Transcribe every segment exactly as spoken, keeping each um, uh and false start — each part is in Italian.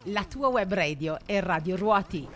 la tua web radio è Radio Ruoti.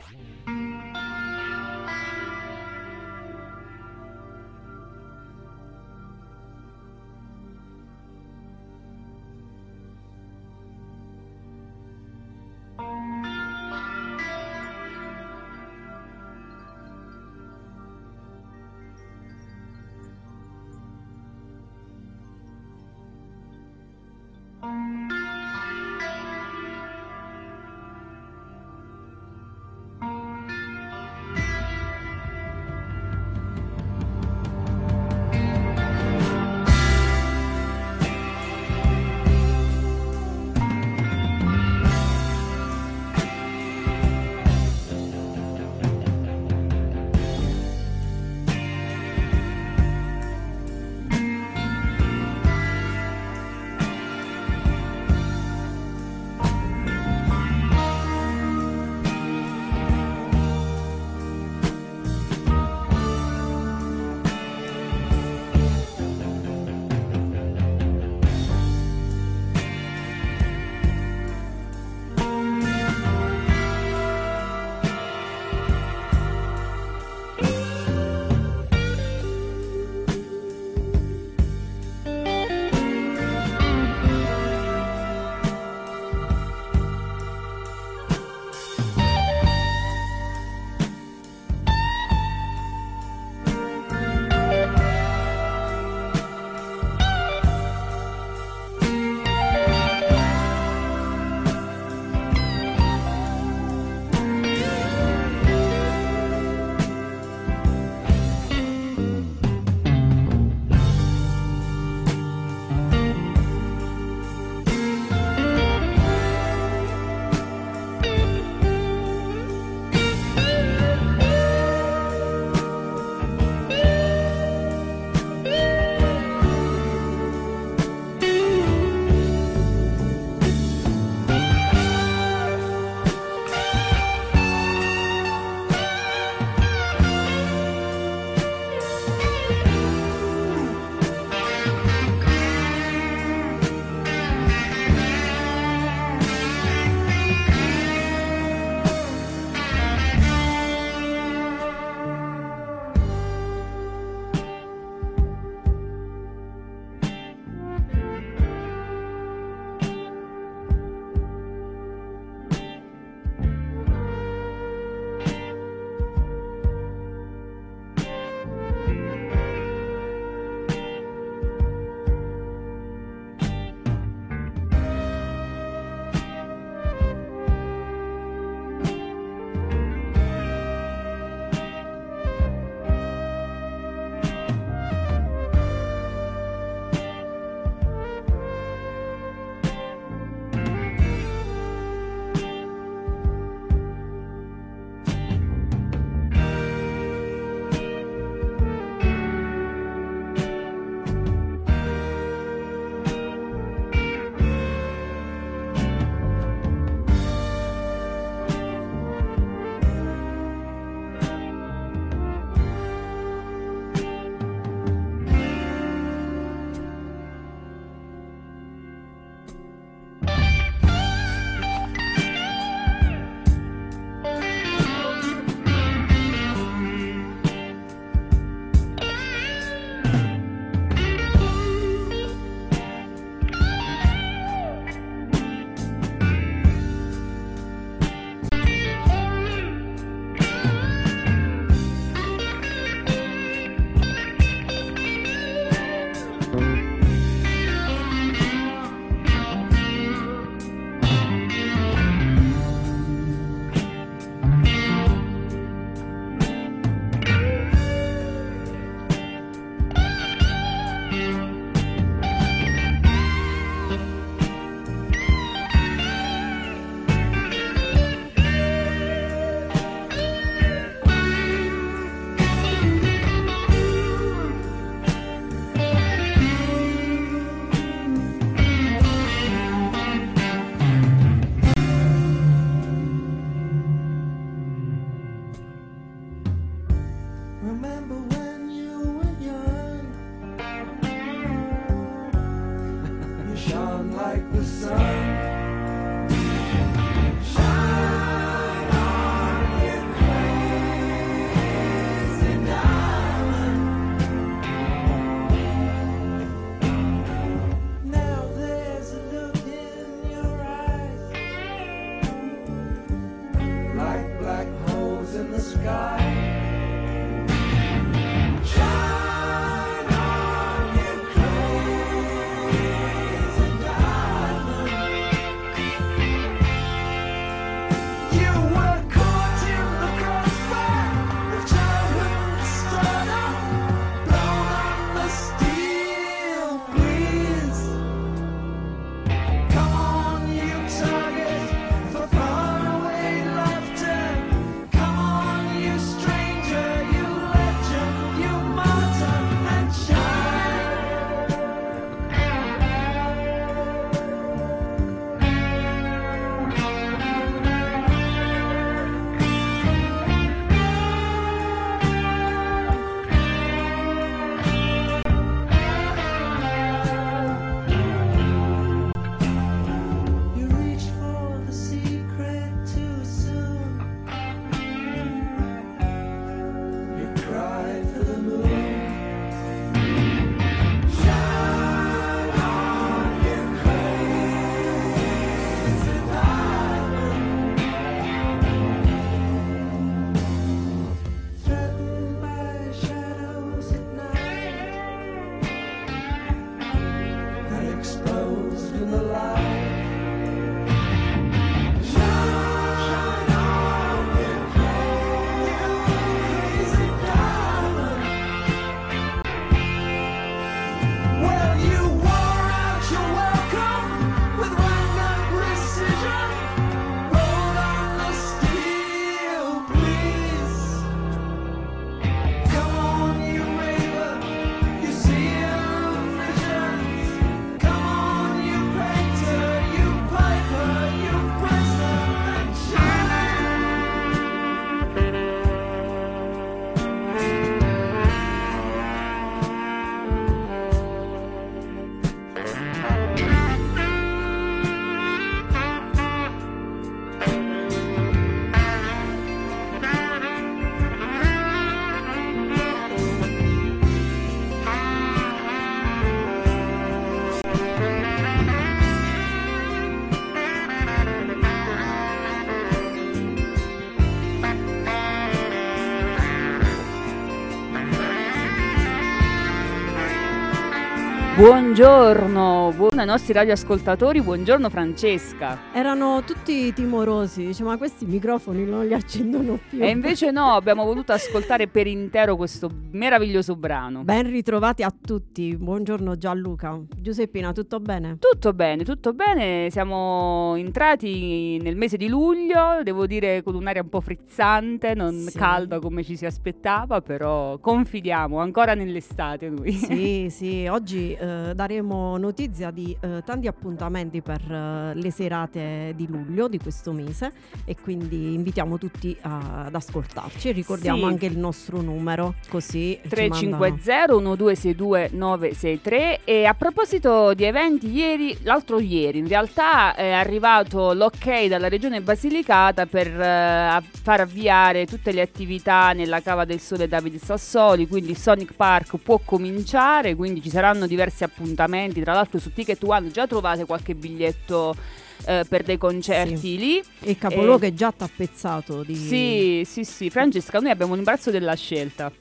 Buongiorno, buongiorno ai nostri radioascoltatori, buongiorno Francesca. Erano tutti timorosi, dice ma questi microfoni non li accendono più. E invece no, abbiamo voluto ascoltare per intero questo meraviglioso brano. Ben ritrovati a tutti, buongiorno Gianluca. Giuseppina, tutto bene? Tutto bene, tutto bene, siamo entrati nel mese di luglio, devo dire con un'aria un po' frizzante, non Sì. calda come ci si aspettava, però confidiamo ancora nell'estate noi. Sì, sì, oggi eh, daremo notizia di eh, tanti appuntamenti per eh, le serate di luglio di questo mese e quindi invitiamo tutti a- ad ascoltarci e ricordiamo Sì. anche il nostro numero, così ci tre cinque mandano- zero uno due sei due nove sei tre. E a proposito di eventi, ieri, l'altro ieri in realtà è arrivato l'ok dalla regione Basilicata per eh, far avviare tutte le attività nella Cava del Sole Davide Sassoli, quindi Sonic Park può cominciare, quindi ci saranno diversi appuntamenti, tra l'altro su Ticket One già trovate qualche biglietto eh, per dei concerti Sì. lì. E il capoluogo Eh, è già tappezzato di... Sì, sì, sì, Francesca, noi abbiamo l'imbarazzo della scelta.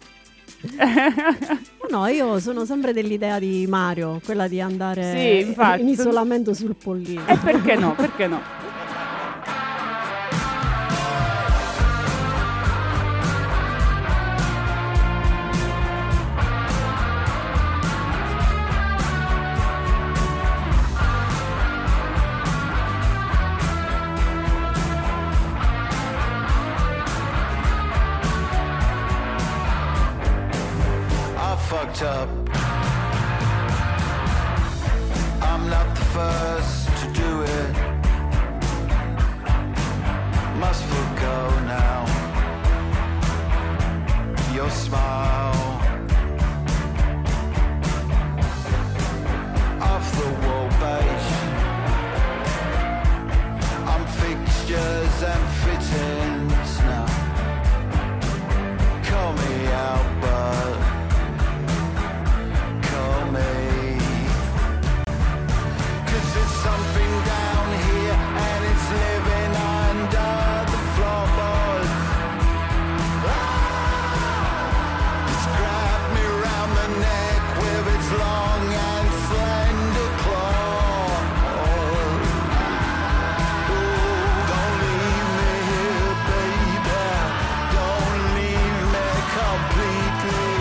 No, io sono sempre dell'idea di Mario, quella di andare Sì, infatti. in isolamento sul Pollino. E perché no? Perché no? I fucked up. I'm not the first to do it. Must forgo now. Your smile off the wall beige. I'm fixtures and fittings now. Call me out, but call me. 'Cause there's something down here and it's living under the floorboards. Ah! It's grabbed me round the neck with its long and slender claws. Ooh, don't leave me here, baby. Don't leave me completely.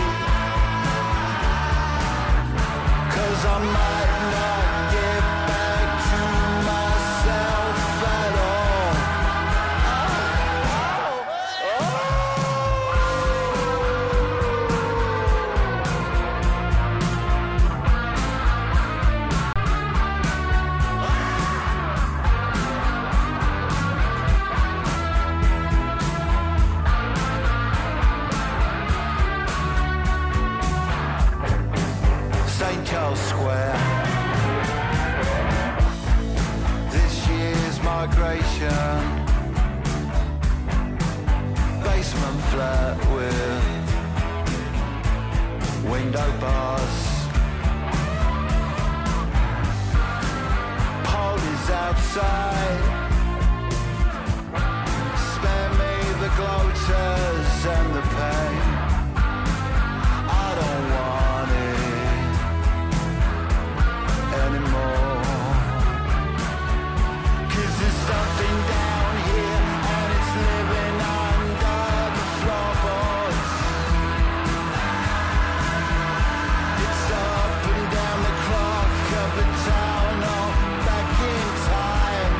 'Cause I might not get back to myself at all. Saint Charles Square. This year's migration. Basement flat with window bars. Paul is outside. Spare me the gloaters and the pain. I don't want it anymore. 'Cause there's something down here and it's living under the floorboards. It's up and down the clock of the town, all back in time.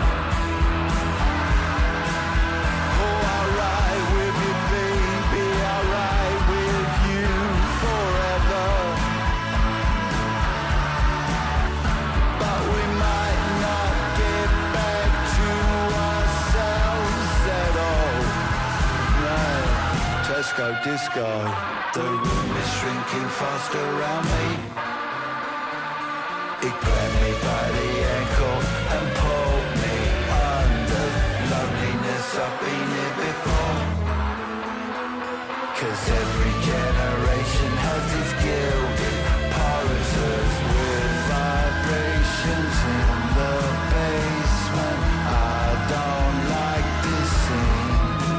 Oh, I'll ride with you, baby, I'll ride with you forever. But we might not get back to ourselves at all. No, Tesco disco. The room is shrinking fast around me. It grabbed me by the ankle and pulled me under. Loneliness, I've been here before. 'Cause every generation has its gilded pulses with vibrations in the basement. I don't like this scene.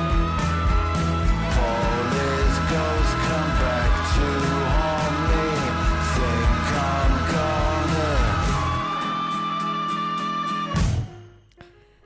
All his ghosts come back to haunt me. Think I'm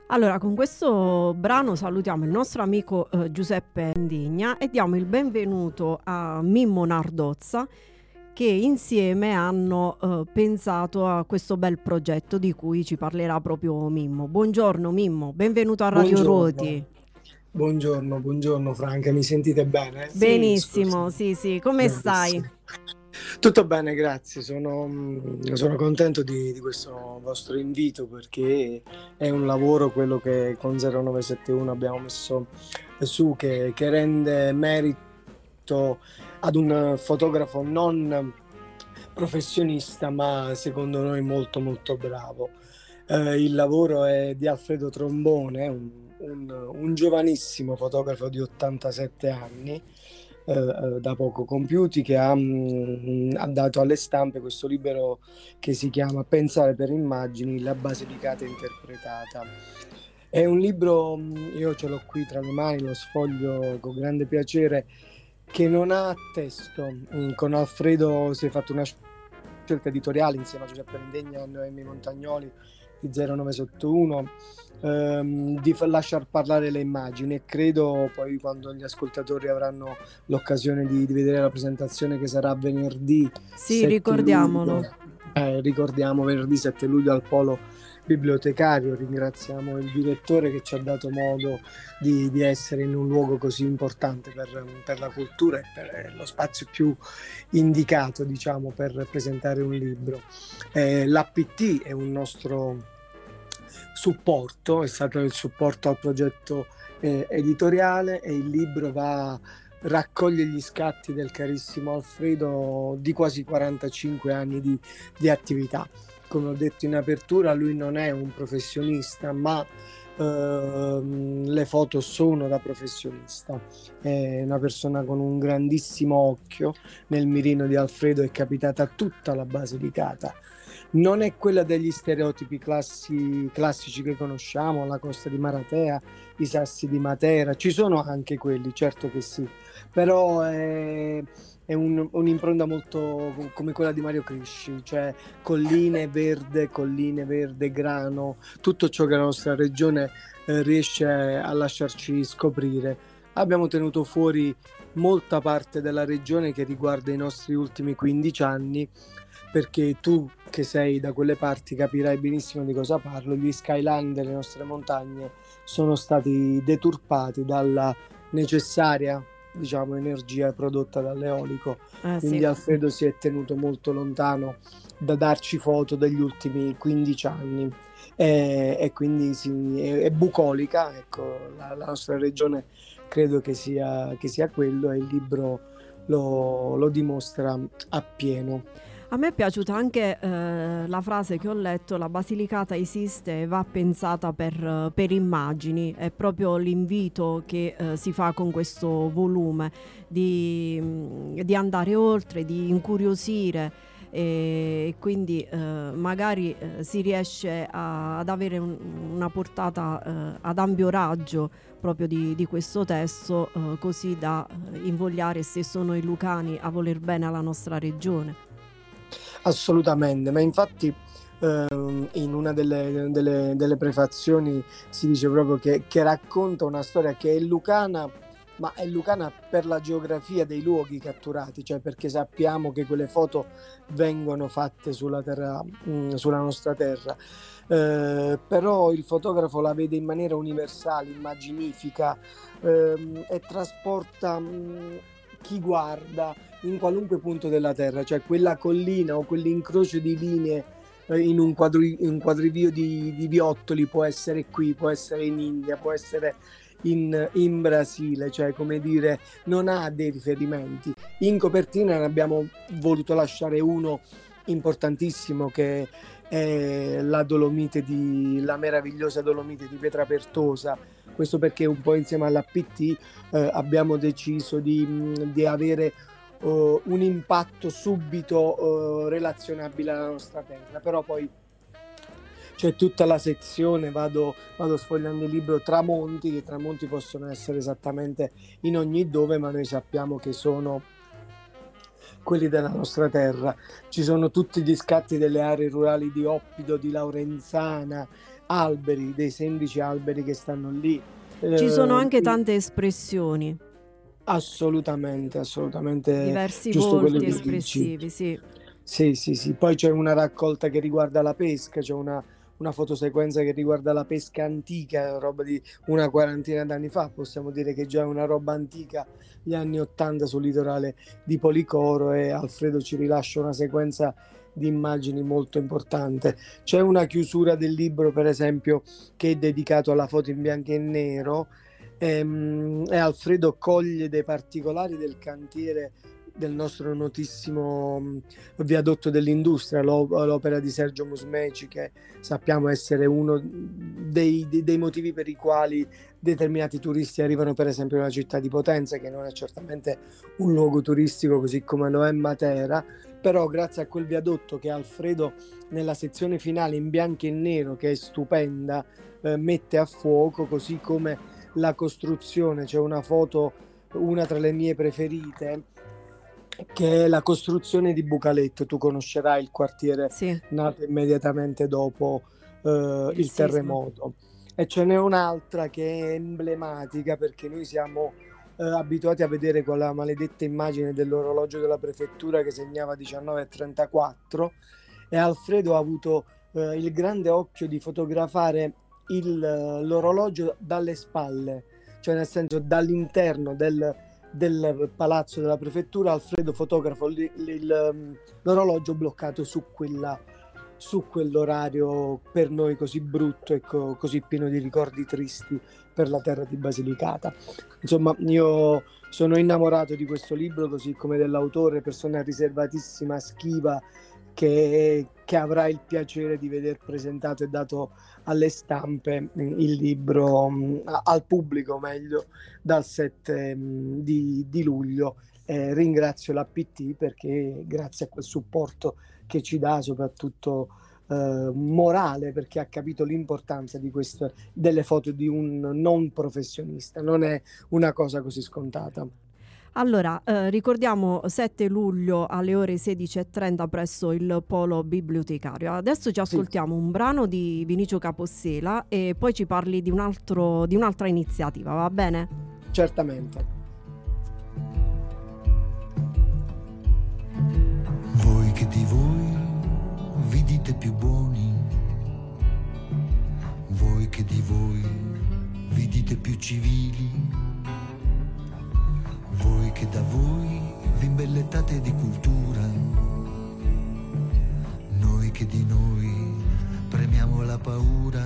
Allora, con questo brano salutiamo il nostro amico eh, Giuseppe Indigna e diamo il benvenuto a Mimmo Nardozza, che insieme hanno eh, pensato a questo bel progetto di cui ci parlerà proprio Mimmo. Buongiorno Mimmo, benvenuto a Radio Buongiorno. Ruoti. Buongiorno, buongiorno Franca, mi sentite bene? Benissimo, sì, scusa. sì, come Benissimo. stai? Tutto bene, grazie. Sono, mm, sono contento di, di questo vostro invito, perché è un lavoro, quello che con zero nove sette uno abbiamo messo su, che, che rende merito ad un fotografo non professionista, ma secondo noi molto molto bravo. Eh, il lavoro è di Alfredo Trombone, un, un, un giovanissimo fotografo di ottantasette anni, eh, da poco compiuti, che ha, mh, ha dato alle stampe questo libro che si chiama Pensare per immagini, la Basilicata interpretata. È un libro, io ce l'ho qui tra le mani, lo sfoglio con grande piacere, che non ha testo. Con Alfredo si è fatta una scelta editoriale insieme a Giuseppe Indegna e a Noemi Montagnoli di zero nove sette uno, ehm, di lasciar parlare le immagini, e credo poi, quando gli ascoltatori avranno l'occasione di, di vedere la presentazione, che sarà venerdì Sì, ricordiamolo. luglio, eh, ricordiamo venerdì sette luglio al Polo Bibliotecario. Ringraziamo il direttore che ci ha dato modo di, di essere in un luogo così importante per, per la cultura e per lo spazio più indicato, diciamo, per presentare un libro. Eh, L'A P T è un nostro supporto, è stato il supporto al progetto eh, editoriale, e il libro va raccoglie gli scatti del carissimo Alfredo di quasi quarantacinque anni di, di attività. Come ho detto in apertura, lui non è un professionista, ma ehm, le foto sono da professionista. È una persona con un grandissimo occhio. Nel mirino di Alfredo è capitata tutta la Basilicata. Non è quella degli stereotipi classi, classici che conosciamo, la costa di Maratea, i sassi di Matera. Ci sono anche quelli, certo che sì, però è... è un, un'impronta molto come quella di Mario Crisci, cioè colline verde, colline verde, grano, tutto ciò che la nostra regione eh, riesce a lasciarci scoprire. Abbiamo tenuto fuori molta parte della regione che riguarda i nostri ultimi quindici anni, perché tu che sei da quelle parti capirai benissimo di cosa parlo. Gli skyline delle nostre montagne sono stati deturpati dalla necessaria, diciamo, energia prodotta dall'eolico. Eh, quindi sì. Alfredo si è tenuto molto lontano da darci foto degli ultimi quindici anni, e, e quindi sì, è, è bucolica, ecco, la, la nostra regione credo che sia, che sia quello, e il libro lo, lo dimostra appieno. A me è piaciuta anche eh, la frase che ho letto: la Basilicata esiste e va pensata per, per immagini. È proprio l'invito che eh, si fa con questo volume, di, di andare oltre, di incuriosire, e quindi eh, magari eh, si riesce a, ad avere un, una portata eh, ad ampio raggio proprio di, di questo testo, eh, così da eh, invogliare, se sono i lucani, a voler bene alla nostra regione. Assolutamente, ma infatti ehm, in una delle, delle, delle prefazioni si dice proprio che, che racconta una storia che è lucana, ma è lucana per la geografia dei luoghi catturati, cioè perché sappiamo che quelle foto vengono fatte sulla terra, mh, sulla nostra terra, eh, però il fotografo la vede in maniera universale, immaginifica, ehm, e trasporta mh, chi guarda in qualunque punto della terra, cioè quella collina o quell'incrocio di linee eh, in un, quadri, un quadrivio di, di viottoli può essere qui, può essere in India, può essere in, in Brasile, cioè come dire, non ha dei riferimenti. In copertina ne abbiamo voluto lasciare uno importantissimo, che è la Dolomite di, la meravigliosa Dolomite di Pietrapertosa. Questo perché un po' insieme all'A P T eh, abbiamo deciso di, di avere uh, un impatto subito uh, relazionabile alla nostra terra, però poi c'è tutta la sezione, vado, vado sfogliando il libro, tramonti, che tramonti possono essere esattamente in ogni dove, ma noi sappiamo che sono quelli della nostra terra. Ci sono tutti gli scatti delle aree rurali di Oppido, di Laurenzana, alberi, dei semplici alberi che stanno lì. Ci sono Eh, anche tante espressioni, assolutamente, assolutamente diversi giusto quello volti che dici. espressivi, sì. Sì, sì, sì. Poi c'è una raccolta che riguarda la pesca, c'è una, una fotosequenza che riguarda la pesca antica, roba di una quarantina d'anni fa, possiamo dire che già è una roba antica, gli anni ottanta sul litorale di Policoro, e Alfredo ci rilascia una sequenza di immagini molto importante. C'è una chiusura del libro, per esempio, che è dedicato alla foto in bianco e nero, ehm, e Alfredo coglie dei particolari del cantiere del nostro notissimo mh, viadotto dell'industria, l'o- l'opera di Sergio Musmeci, che sappiamo essere uno dei, dei- dei motivi per i quali determinati turisti arrivano per esempio nella città di Potenza, che non è certamente un luogo turistico così come lo è Matera, però grazie a quel viadotto che Alfredo nella sezione finale in bianco e nero, che è stupenda, eh, mette a fuoco, così come la costruzione. C'è una foto, una tra le mie preferite, che è la costruzione di Bucaletto. Tu conoscerai il quartiere Sì, nato immediatamente dopo eh, il il sisma. terremoto, e ce n'è un'altra che è emblematica, perché noi siamo eh, abituati a vedere quella maledetta immagine dell'orologio della prefettura che segnava diciannove e trentaquattro, e Alfredo ha avuto eh, il grande occhio di fotografare il, l'orologio dalle spalle, cioè nel senso dall'interno del del palazzo della prefettura. Alfredo fotografa il, il, l'orologio bloccato su quella su quell'orario per noi così brutto e co- così pieno di ricordi tristi per la terra di Basilicata. Insomma, io sono innamorato di questo libro, così come dell'autore, persona riservatissima, schiva, che, che avrà il piacere di veder presentato e dato alle stampe il libro, al pubblico meglio, dal sette di, di luglio. Eh, ringrazio l'A P T perché grazie a quel supporto che ci dà, soprattutto eh, morale, perché ha capito l'importanza di questo, delle foto di un non professionista. Non è una cosa così scontata. Allora, eh, ricordiamo sette luglio alle ore sedici e trenta presso il Polo Bibliotecario. Adesso ci ascoltiamo sì. un brano di Vinicio Capossela e poi ci parli di un altro, di un'altra iniziativa, va bene? Certamente. Voi che di voi vi dite più buoni, voi che di voi vi dite più civili, voi che da voi vi imbellettate di cultura, noi che di noi premiamo la paura,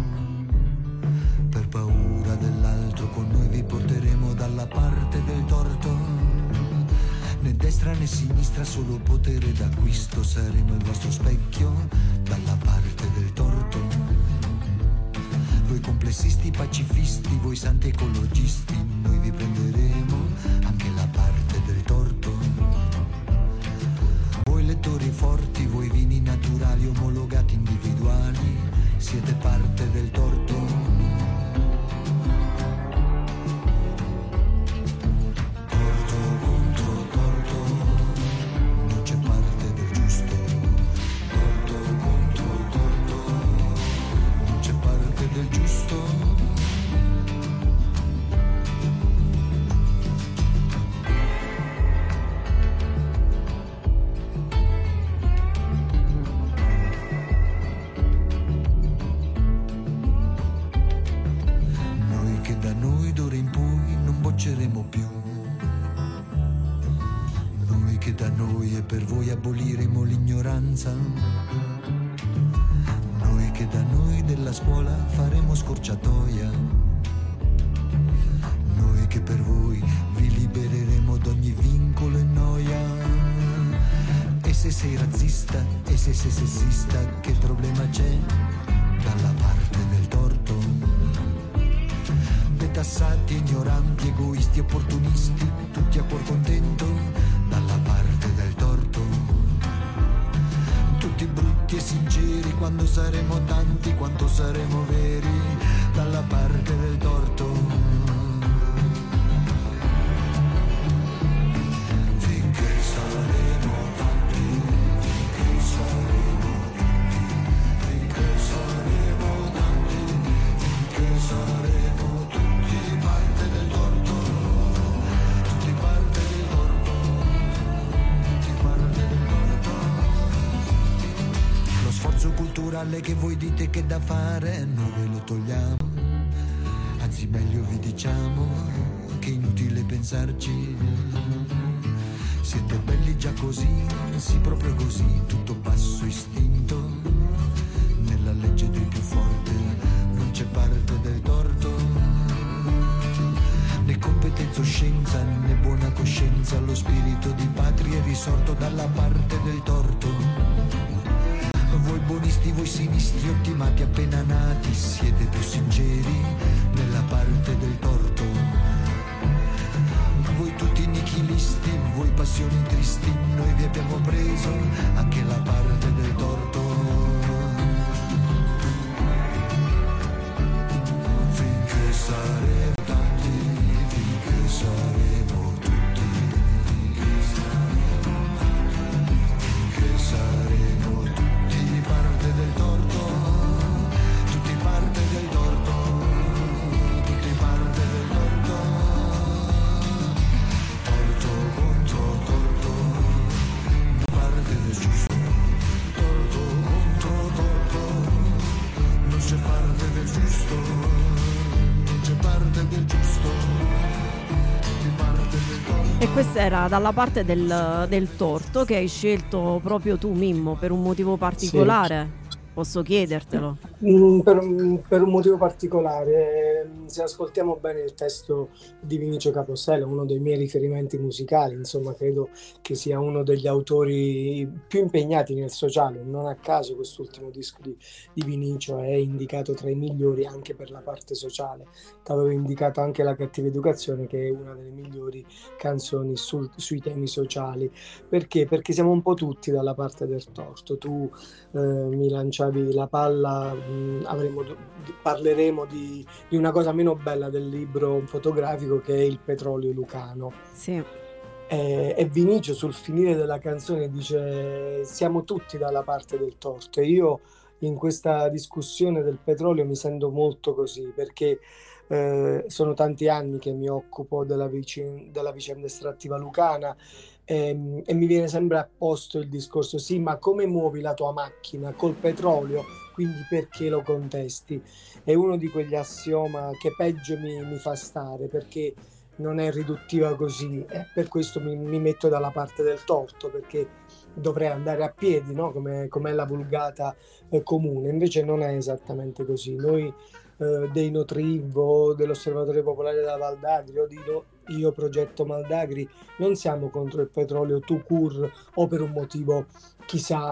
per paura dell'altro con noi vi porteremo dalla parte del torto, né destra né sinistra, solo potere d'acquisto, saremo il vostro specchio dalla parte del torto. Voi complessisti pacifisti, voi santi ecologisti, noi vi prenderemo anche la parte del torto. Voi lettori forti, voi vini naturali omologati individuali, siete parte del torto. Noi che da noi della scuola faremo scorciatoia, noi che per voi vi libereremo d'ogni vincolo e noia. E se sei razzista, e se sei sessista, che problema c'è dalla parte del torto? Detassati, ignoranti, egoisti, opportunisti, tutti a cuor contento dalla parte del torto. Tutti brutti e sinceri, quando saremo tanti, quanto saremo veri, dalla parte del torto. Finché saremo tanti, finché saremo tanti, finché saremo tanti. male che voi dite che è da fare, noi ve lo togliamo. Anzi meglio vi diciamo che è inutile pensarci. Siete belli già così, sì proprio così, tutto basso istinto. Nella legge del più forte non c'è parte del torto. Né competenza o scienza, né buona coscienza, lo spirito di patria è risorto dalla parte del torto. Voi buonisti, voi sinistri, ottimati appena nati, siete più sinceri nella parte del torto. Voi tutti nichilisti, voi passioni tristi, noi vi abbiamo preso anche la parte del torto. Finché saremo tanti, finché saremo tutti, finché saremo tutti parte del torto, tutti parte del torto, tutti parte del torto, torto contro torto, parte del giusto, torto contro torto, non c'è parte del giusto, non c'è parte del giusto, tutti parte del torto. E questa era dalla parte del, del torto, che hai scelto proprio tu, Mimmo, per un motivo particolare? Posso chiedertelo? Mm, per, un- per un motivo particolare, ehm, se ascoltiamo bene il testo di Vinicio Capossela, uno dei miei riferimenti musicali, insomma, credo che sia uno degli autori più impegnati nel sociale. Non a caso quest'ultimo disco di, di Vinicio è indicato tra i migliori anche per la parte sociale. Ti avevo indicato anche La cattiva educazione, che è una delle migliori canzoni sul- sui temi sociali. Perché? Perché siamo un po' tutti dalla parte del torto. Tu eh, mi lanciavi la palla, mh, avremo, parleremo di, di una cosa meno bella del libro fotografico, che è il petrolio lucano. Sì. E, e Vinicio sul finire della canzone dice: siamo tutti dalla parte del torto. E io in questa discussione del petrolio mi sento molto così, perché eh, sono tanti anni che mi occupo della, vicen- della vicenda estrattiva lucana. E, e mi viene sempre apposto il discorso: sì, ma come muovi la tua macchina? Col petrolio, quindi perché lo contesti? È uno di quegli assioma che peggio mi, mi fa stare, perché non è riduttiva così, e per questo mi, mi metto dalla parte del torto, perché dovrei andare a piedi, no? Come com'è la vulgata eh, comune. Invece non è esattamente così. Noi eh, dei Notrivo, dell'Osservatorio Popolare della Val d'Agri, o di no- Io Progetto Maldagri, non siamo contro il petrolio tout court o per un motivo chissà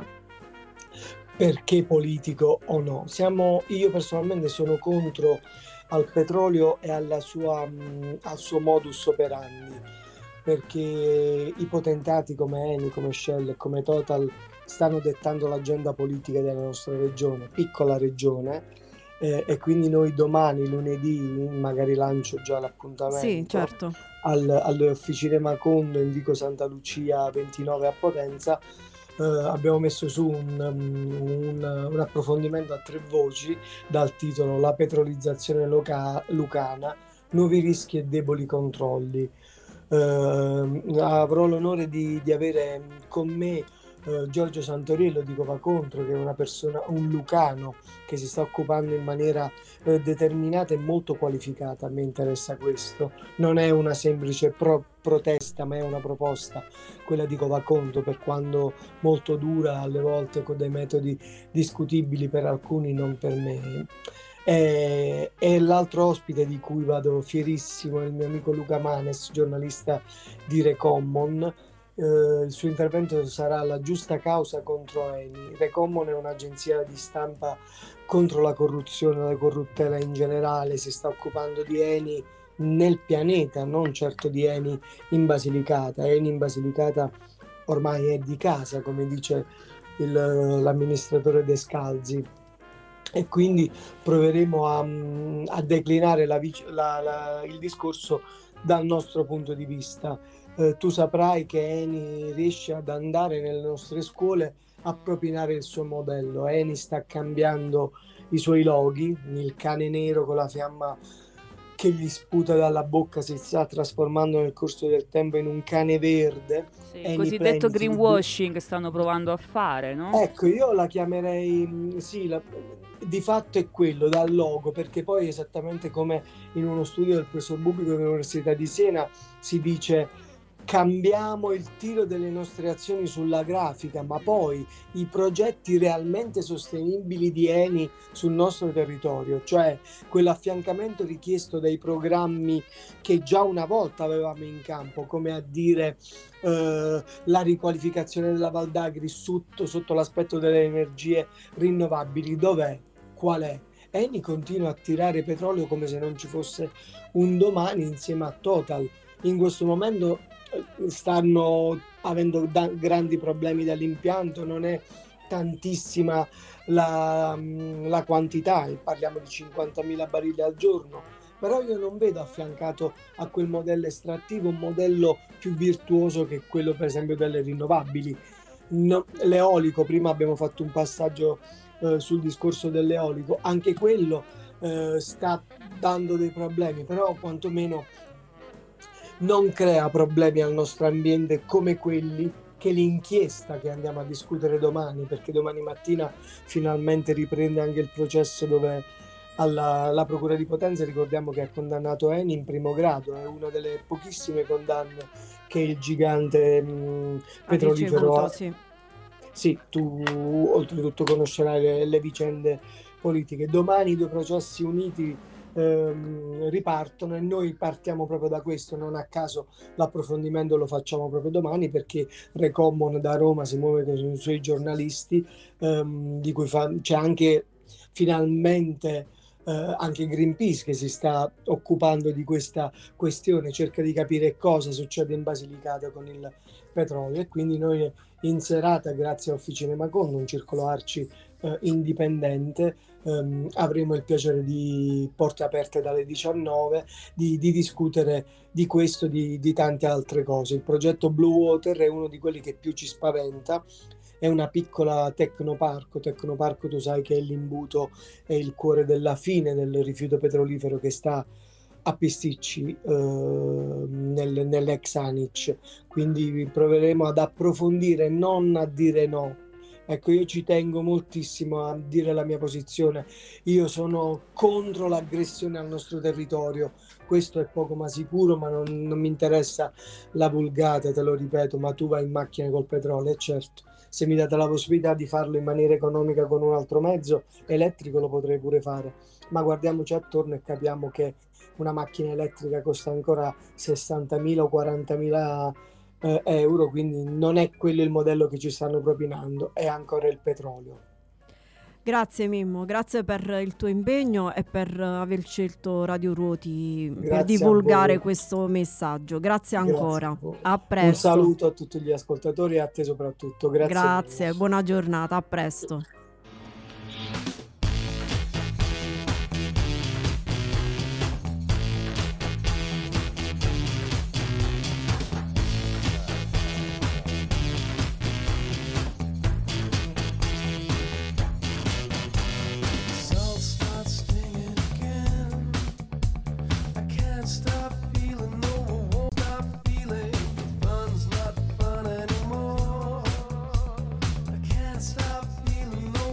perché politico o no. Siamo, io personalmente sono contro al petrolio e alla sua, mh, al suo modus operandi, perché i potentati come Eni, come Shell e come Total stanno dettando l'agenda politica della nostra regione, piccola regione, eh, e quindi noi domani, lunedì, magari lancio già l'appuntamento. Sì, certo. Al, alle officine Macondo in Vico Santa Lucia ventinove a Potenza. Eh, abbiamo messo su un, un, un approfondimento a tre voci dal titolo La petrolizzazione loca- lucana, nuovi rischi e deboli controlli. Eh, avrò l'onore di, di avere con me eh, Giorgio Santoriello di Covacontro, che è una persona, un lucano che si sta occupando in maniera eh, determinata e molto qualificata. A me interessa questo, non è una semplice pro- protesta, ma è una proposta, quella di Covacontro, per quanto molto dura alle volte, con dei metodi discutibili per alcuni, non per me. E, e l'altro ospite di cui vado fierissimo è il mio amico Luca Manes, giornalista di Recommon. Eh, il suo intervento sarà La giusta causa contro Eni. Recommon è un'agenzia di stampa contro la corruzione, la corruttela in generale, si sta occupando di Eni nel pianeta, non certo di Eni in Basilicata. Eni in Basilicata ormai è di casa, come dice il, l'amministratore De Scalzi, e quindi proveremo a, a declinare la, la, la, il discorso dal nostro punto di vista. Eh, tu saprai che Eni riesce ad andare nelle nostre scuole a propinare il suo modello. Eni sta cambiando i suoi loghi, il cane nero con la fiamma che gli sputa dalla bocca si sta trasformando nel corso del tempo in un cane verde. Sì, Amy cosiddetto Plenty. greenwashing stanno provando a fare, no? Ecco, io la chiamerei, sì, la- di fatto è quello, dal logo, perché poi esattamente come in uno studio del professor Bubbico dell'Università di Siena si dice cambiamo il tiro delle nostre azioni sulla grafica, ma poi i progetti realmente sostenibili di Eni sul nostro territorio, cioè quell'affiancamento richiesto dai programmi che già una volta avevamo in campo, come a dire eh, la riqualificazione della Val d'Agri sotto, sotto l'aspetto delle energie rinnovabili, dov'è? Qual è? Eni continua a tirare petrolio come se non ci fosse un domani insieme a Total. In questo momento eh, stanno avendo da- grandi problemi dall'impianto, non è tantissima la, mh, la quantità, e parliamo di cinquantamila barili al giorno, però io non vedo affiancato a quel modello estrattivo un modello più virtuoso che quello per esempio delle rinnovabili. No, l'eolico, prima abbiamo fatto un passaggio eh, sul discorso dell'eolico, anche quello eh, sta dando dei problemi, però quantomeno non crea problemi al nostro ambiente come quelli che l'inchiesta che andiamo a discutere domani, perché domani mattina finalmente riprende anche il processo dove alla, la Procura di Potenza, ricordiamo che ha condannato Eni in primo grado, è una delle pochissime condanne che il gigante mh, Ha petrolifero ricevuto, ha. sì. Sì, tu oltretutto conoscerai le, le vicende politiche. Domani i due processi uniti ehm, ripartono e noi partiamo proprio da questo. Non a caso l'approfondimento lo facciamo proprio domani, perché Recommon da Roma si muove con i suoi giornalisti, ehm, di cui fa, c'è anche finalmente eh, anche Greenpeace che si sta occupando di questa questione, cerca di capire cosa succede in Basilicata con il petrolio, e quindi noi in serata, grazie a Officine Macondo, un circolo Arci eh, indipendente, ehm, avremo il piacere di porte aperte dalle diciannove di, di discutere di questo, di, di tante altre cose. Il progetto Blue Water è uno di quelli che più ci spaventa. È una piccola tecnoparco, tecnoparco tu sai che è l'imbuto, è il cuore della fine del rifiuto petrolifero che sta a Pisticci, eh, nel, nell'ex Anic, quindi proveremo ad approfondire, non a dire no. Ecco, io ci tengo moltissimo a dire la mia posizione. Io sono contro l'aggressione al nostro territorio, questo è poco ma sicuro, ma non, non mi interessa la vulgata, te lo ripeto, ma tu vai in macchina col petrolio, e certo, se mi date la possibilità di farlo in maniera economica con un altro mezzo elettrico lo potrei pure fare, ma guardiamoci attorno e capiamo che una macchina elettrica costa ancora sessantamila o quarantamila eh, euro, quindi non è quello il modello che ci stanno propinando, è ancora il petrolio. Grazie Mimmo, grazie per il tuo impegno e per aver scelto Radio Ruoti per Grazie a divulgare voi. questo messaggio. Grazie Grazie ancora. a voi. A presto. Un saluto a tutti gli ascoltatori e a te soprattutto. Grazie. Grazie, mille. buona giornata, a presto. Soul starts stinging again. I can't stop feeling, no, I won't stop feeling. Fun's not fun anymore. I can't stop feeling, no,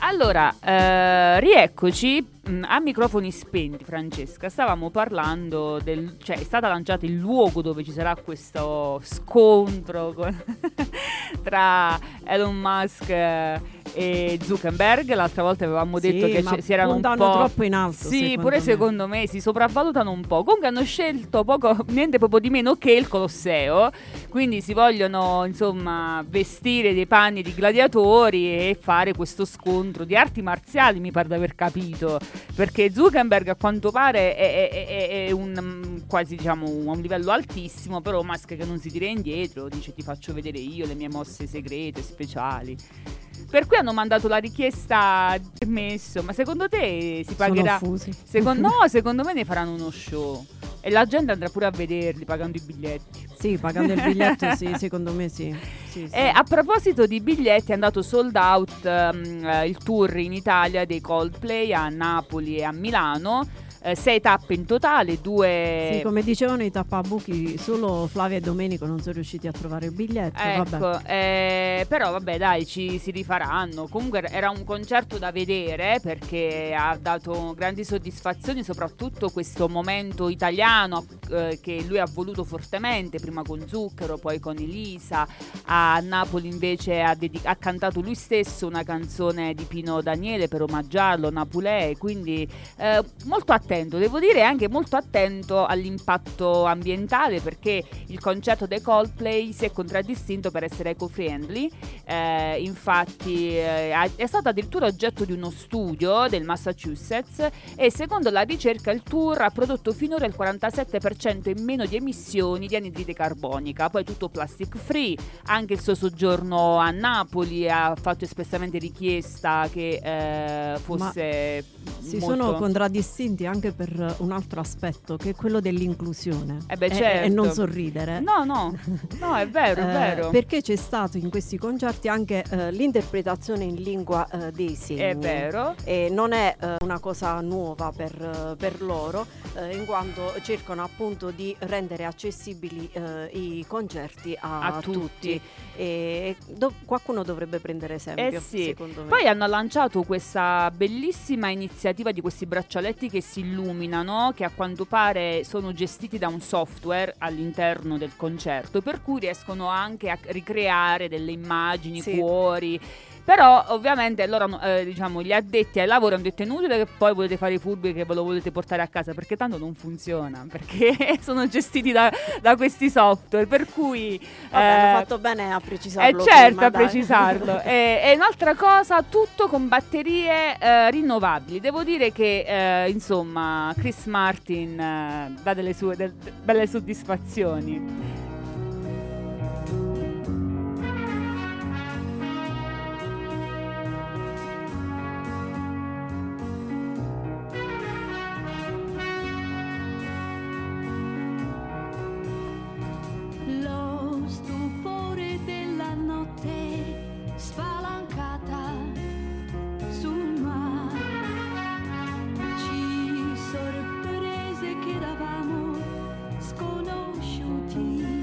Allora, eh, rieccoci mh, a microfoni spenti, Francesca. Stavamo parlando del, cioè è stato lanciato il luogo dove ci sarà questo scontro con tra Elon Musk e Zuckerberg. L'altra volta avevamo detto Sì, che ma ci- si erano un puntano po' troppo in alto, Sì, secondo pure me. secondo me si sopravvalutano un po'. Comunque hanno scelto poco niente proprio di meno che il Colosseo. Quindi si vogliono insomma vestire dei panni di gladiatori e fare questo scontro di arti marziali, mi pare di aver capito, perché Zuckerberg a quanto pare è, è- è- è un mm, quasi diciamo a un livello altissimo, però Musk che non si tira indietro, dice ti faccio vedere io le mie mosse segrete, speciali. Per cui hanno mandato la richiesta di permesso, ma secondo te si pagherà? Sono fusi. Secondo, no, secondo me ne faranno uno show e la gente andrà pure a vederli pagando i biglietti. Sì, pagando il biglietto, sì, secondo me sì. Sì, sì. E a proposito di biglietti è andato sold out um, eh, il tour in Italia dei Coldplay a Napoli e a Milano. Eh, sei tappe in totale, due... Sì, come dicevano i tappabuchi, solo Flavia e Domenico non sono riusciti a trovare il biglietto. Vabbè. Ecco, eh, però vabbè dai, ci si rifaranno. Comunque era un concerto da vedere perché ha dato grandi soddisfazioni, soprattutto questo momento italiano eh, che lui ha voluto fortemente, prima con Zucchero, poi con Elisa. A Napoli invece ha, dedic- ha cantato lui stesso una canzone di Pino Daniele per omaggiarlo, Napulè, quindi eh, molto attento. Devo dire anche molto attento all'impatto ambientale perché il concerto dei Coldplay si è contraddistinto per essere eco-friendly. Eh, infatti eh, è stato addirittura oggetto di uno studio del Massachusetts e secondo la ricerca il tour ha prodotto finora il quarantasette per cento in meno di emissioni di anidride carbonica, poi tutto plastic free. Anche il suo soggiorno a Napoli ha fatto espressamente richiesta che eh, fosse Si molto... sono contraddistinti anche per un altro aspetto, che è quello dell'inclusione. Eh beh, E- certo. e, non sorridere. No, no, no, è vero, è Eh, vero. Perché c'è stato in questi concerti anche eh, l'interpretazione in lingua eh, dei segni. È vero. E non è eh, una cosa nuova per, eh, per loro, eh, in quanto cercano appunto di rendere accessibili eh, i concerti a, A tutti. E do- qualcuno dovrebbe prendere esempio, Eh sì. secondo me. Poi hanno lanciato questa bellissima iniziativa di questi braccialetti che si illuminano, che a quanto pare sono gestiti da un software all'interno del concerto, per cui riescono anche a ricreare delle immagini, Sì. cuori. Però ovviamente loro, eh, diciamo, gli addetti ai lavori hanno detto è inutile che poi volete fare i furbi che ve lo volete portare a casa, perché tanto non funziona, perché sono gestiti da, da questi software, per cui Vabbè, eh, hanno fatto bene a precisarlo. eh certo, prima, a dai. precisarlo. e, e un'altra cosa, tutto con batterie eh, rinnovabili. Devo dire che eh, insomma Chris Martin eh, dà delle sue del- belle soddisfazioni. Lo stupore della notte spalancata sul mare ci sorprese che eravamo sconosciuti.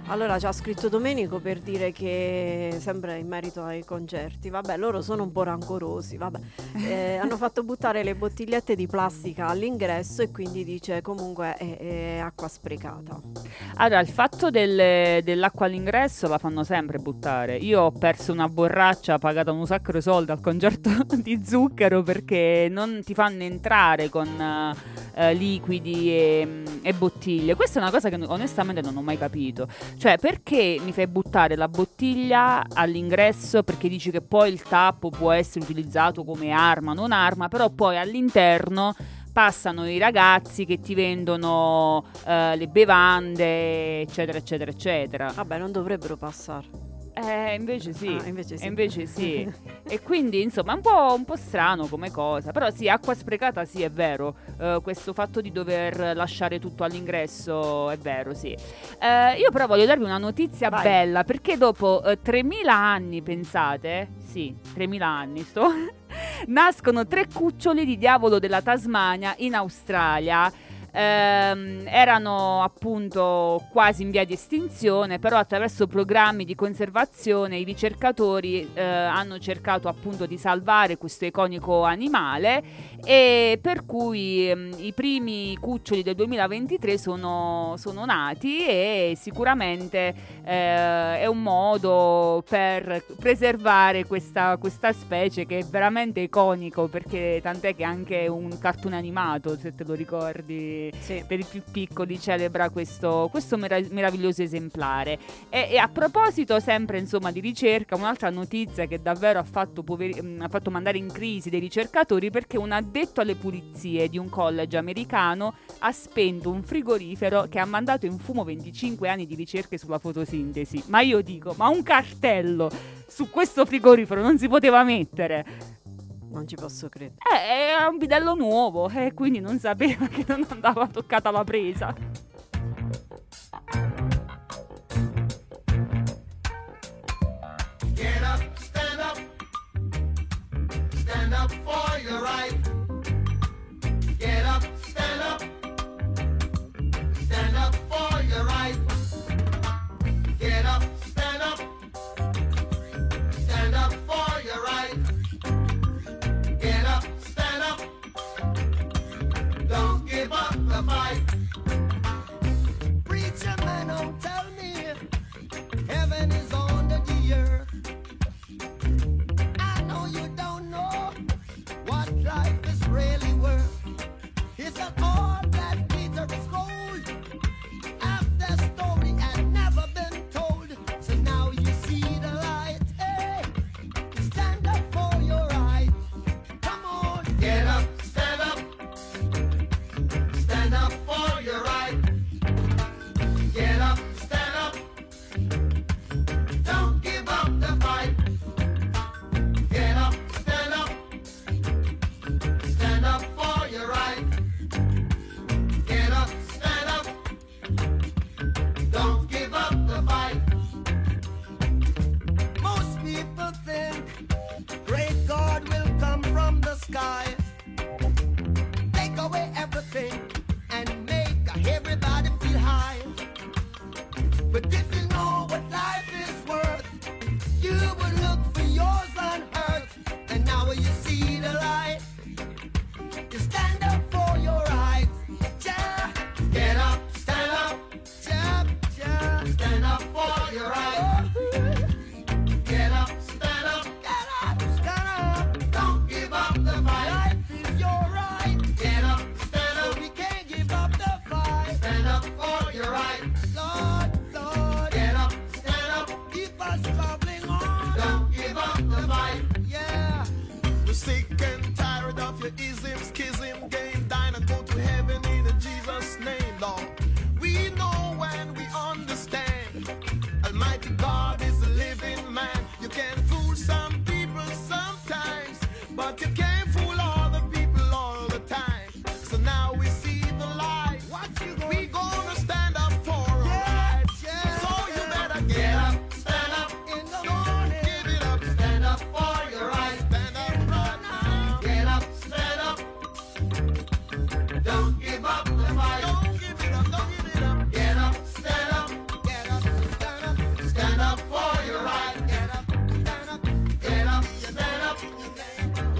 Allora ci ha scritto Domenico per dire che sempre in merito ai concerti, vabbè, loro sono un po' rancorosi, vabbè. Eh, hanno fatto buttare le bottigliette di plastica all'ingresso e quindi dice comunque è, è acqua sprecata. Allora, il fatto del- dell'acqua all'ingresso la fanno sempre buttare. Io ho perso una borraccia pagata un sacco di soldi al concerto di Zucchero perché non ti fanno entrare con eh, eh, liquidi e, e bottiglie. Questa è una cosa che onestamente non ho mai capito. Cioè, perché mi fai buttare la bottiglia all'ingresso perché dici che poi il tappo può essere utilizzato come arma, non arma, però poi all'interno passano i ragazzi che ti vendono eh, le bevande, eccetera, eccetera, eccetera. Vabbè, non dovrebbero passare. Eh, invece sì, Ah, invece sì. E invece sì. E quindi insomma è un po', un po' strano come cosa. Però sì, acqua sprecata sì, è vero. Eh, questo fatto di dover lasciare tutto all'ingresso è vero, sì. Eh, io però voglio darvi una notizia Vai. bella, perché dopo eh, tremila anni, pensate, sì, tremila anni sto, nascono tre cuccioli di diavolo della Tasmania in Australia. Ehm, erano appunto quasi in via di estinzione, però attraverso programmi di conservazione i ricercatori eh, hanno cercato appunto di salvare questo iconico animale, e per cui ehm, i primi cuccioli del duemilaventitré sono, sono nati, e sicuramente eh, è un modo per preservare questa, questa specie che è veramente iconico, perché tant'è che anche un cartone animato, se te lo ricordi, Sì. per i più piccoli celebra questo, questo mera- meraviglioso esemplare. E, e a proposito sempre insomma di ricerca, un'altra notizia che davvero ha fatto, poveri- mh, ha fatto mandare in crisi dei ricercatori, perché un addetto alle pulizie di un college americano ha spento un frigorifero che ha mandato in fumo venticinque anni di ricerche sulla fotosintesi. Ma io dico, ma un cartello su questo frigorifero non si poteva mettere? Non ci posso credere. Eh, è un bidello nuovo, e eh, quindi non sapeva che non andava toccata la presa. Get up, stand up. Stand up for your right. Get up, stand up. Stand up for your right. Get up, stand up. Stand up for your right. Get up, stand up. Don't give up the fight. Preacher man, don't tell me heaven is under the earth. I know you don't know what life is really worth. It's not all that glitters is gold. Half the story had never been told. So now you see the light. Hey, stand up for your right. Come on, get up, stand up. Stand up for your right. Get up, stand up. Don't give up the fight. Get up, stand up. Stand up for your right. Get up, stand up. Don't give up the fight. Most people think great God will come from the sky, take away everything and make everybody feel high. But if you know what life is worth, you would look for yours on earth. And now when you see the light, you stand up for your rights. Yeah. Get up, stand up. Yeah, yeah. Stand up for your rights. Get up, stand up. Get up, stand up. Don't give up the fight. Life is your right. Get up, stand up. We can't give up the fight. Stand up for your right. Lord, Lord. Get up, stand up. Keep us traveling on. Don't give up the fight. Yeah. We're sick and tired of your ism, schism, game, dine and go to heaven in a Jesus' name, Lord. We know when we understand. Almighty God is a living man. You can fool some people sometimes, but you can't fool all the people all the time. So now we see the light. What you gonna we gonna stand up for our rights. yeah, So you better Get get up, up, stand up. in the morning. Give it up, Stand up for your right. stand up right now. Get up, stand up.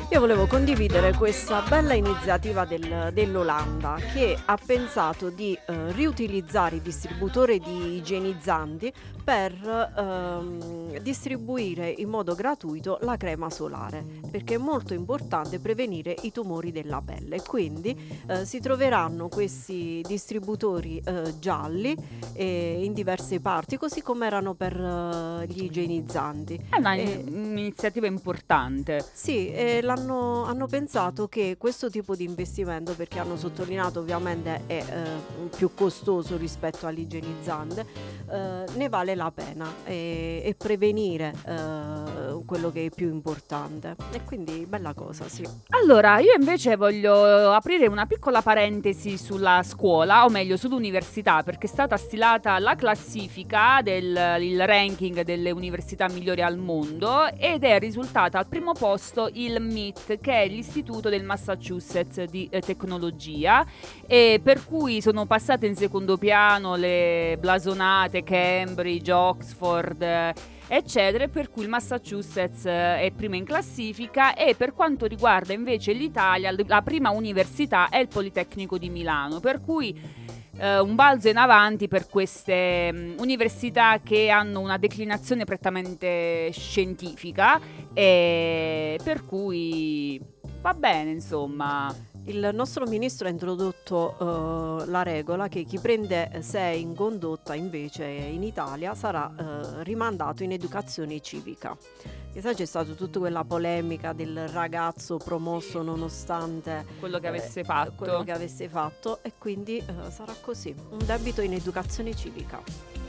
Io volevo condividere questa bella iniziativa del- dell'Olanda che ha pensato di eh, riutilizzare i distributori di igienizzanti per ehm, distribuire in modo gratuito la crema solare, perché è molto importante prevenire i tumori della pelle. Quindi eh, si troveranno questi distributori eh, gialli eh, in diverse parti, così come erano per eh, gli igienizzanti. È una- Eh, un'iniziativa importante. Sì, e l'hanno, hanno pensato che questo tipo di investimento, perché hanno sottolineato ovviamente è eh, più costoso rispetto all'igienizzante, eh, ne vale la pena e, e prevenire eh, quello che è più importante. E quindi bella cosa, sì. Allora, io invece voglio aprire una piccola parentesi sulla scuola, o meglio sull'università, perché è stata stilata la classifica del il ranking delle università migliori al mondo ed è risultata al primo posto il M I T, che è l'Istituto del Massachusetts di eh, tecnologia, e per cui sono passate in secondo piano le blasonate Cambridge, Oxford, eh, eccetera, per cui il Massachusetts eh, è prima in classifica. E per quanto riguarda invece l'Italia, l- la prima università è il Politecnico di Milano, per cui eh, un balzo in avanti per queste mh, università che hanno una declinazione prettamente scientifica, e per cui va bene, insomma. Il nostro ministro ha introdotto eh, la regola che chi prende sei in condotta invece in Italia sarà eh, rimandato in educazione civica. E sai, c'è stata tutta quella polemica del ragazzo promosso nonostante Quello che avesse eh, fatto. quello che avesse fatto, e quindi eh, sarà così, un debito in educazione civica.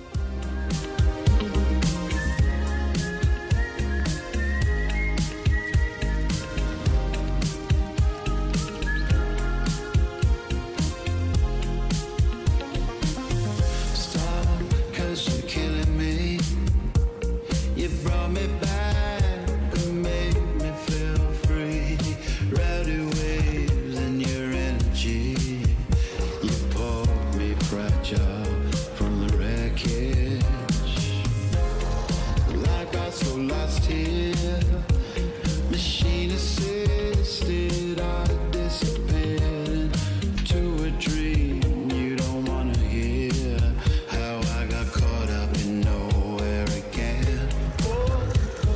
Stop, 'cause you're killing me. You brought me back and made me feel free. Rowdy waves and your energy. You pulled me fragile from the wreckage. Like I so lost here. Machine assisted, I disappeared into a dream you don't wanna hear. How I got caught up in nowhere again.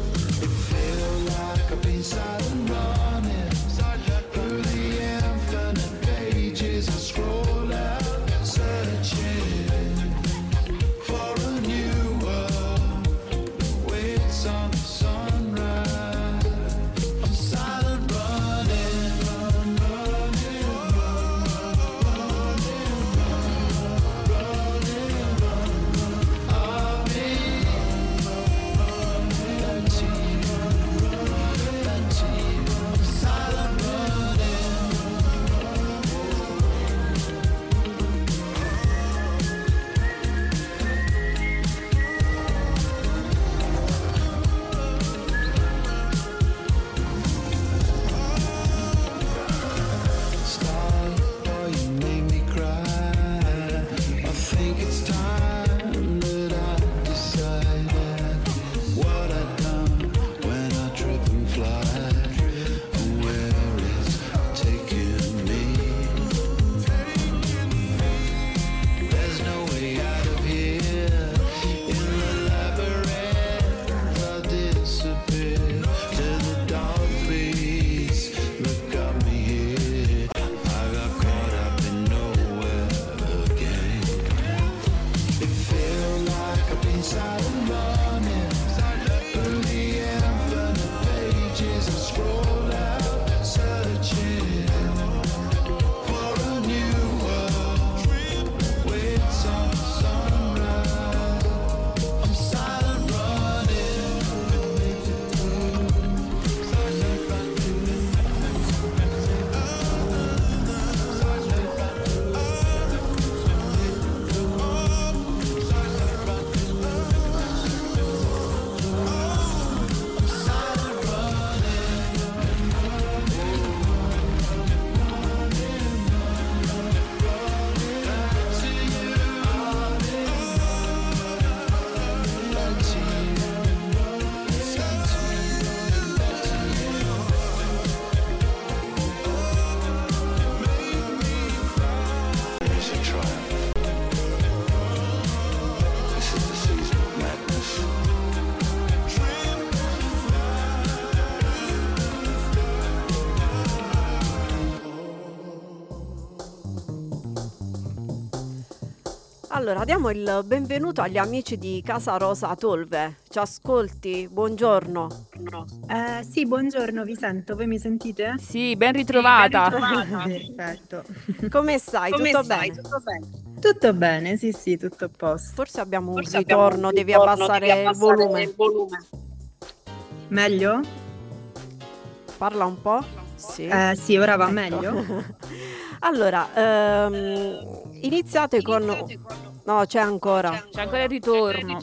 Allora, diamo il benvenuto agli amici di Casa Rosa Tolve. Ci ascolti? Buongiorno. Eh, sì, buongiorno, vi sento, voi mi sentite? Sì, ben ritrovata. Perfetto. Come stai? Come Tutto stai? bene? Tutto bene? Tutto bene, sì, sì, tutto a posto. Forse abbiamo un Forse abbiamo ritorno, un devi ritorno, abbassare, devi il abbassare volume. il volume. Meglio? Parla un po'? Sì. Eh, sì, ora va Ecco. meglio. Allora, ehm, iniziate con... No, c'è ancora. C'è ancora il ritorno.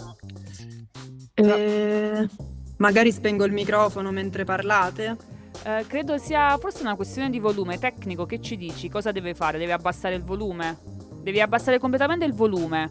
Eh, magari spengo il microfono mentre parlate. Eh, credo sia forse una questione di volume tecnico. Che ci dici? Cosa deve fare? Deve abbassare il volume? Devi abbassare completamente il volume.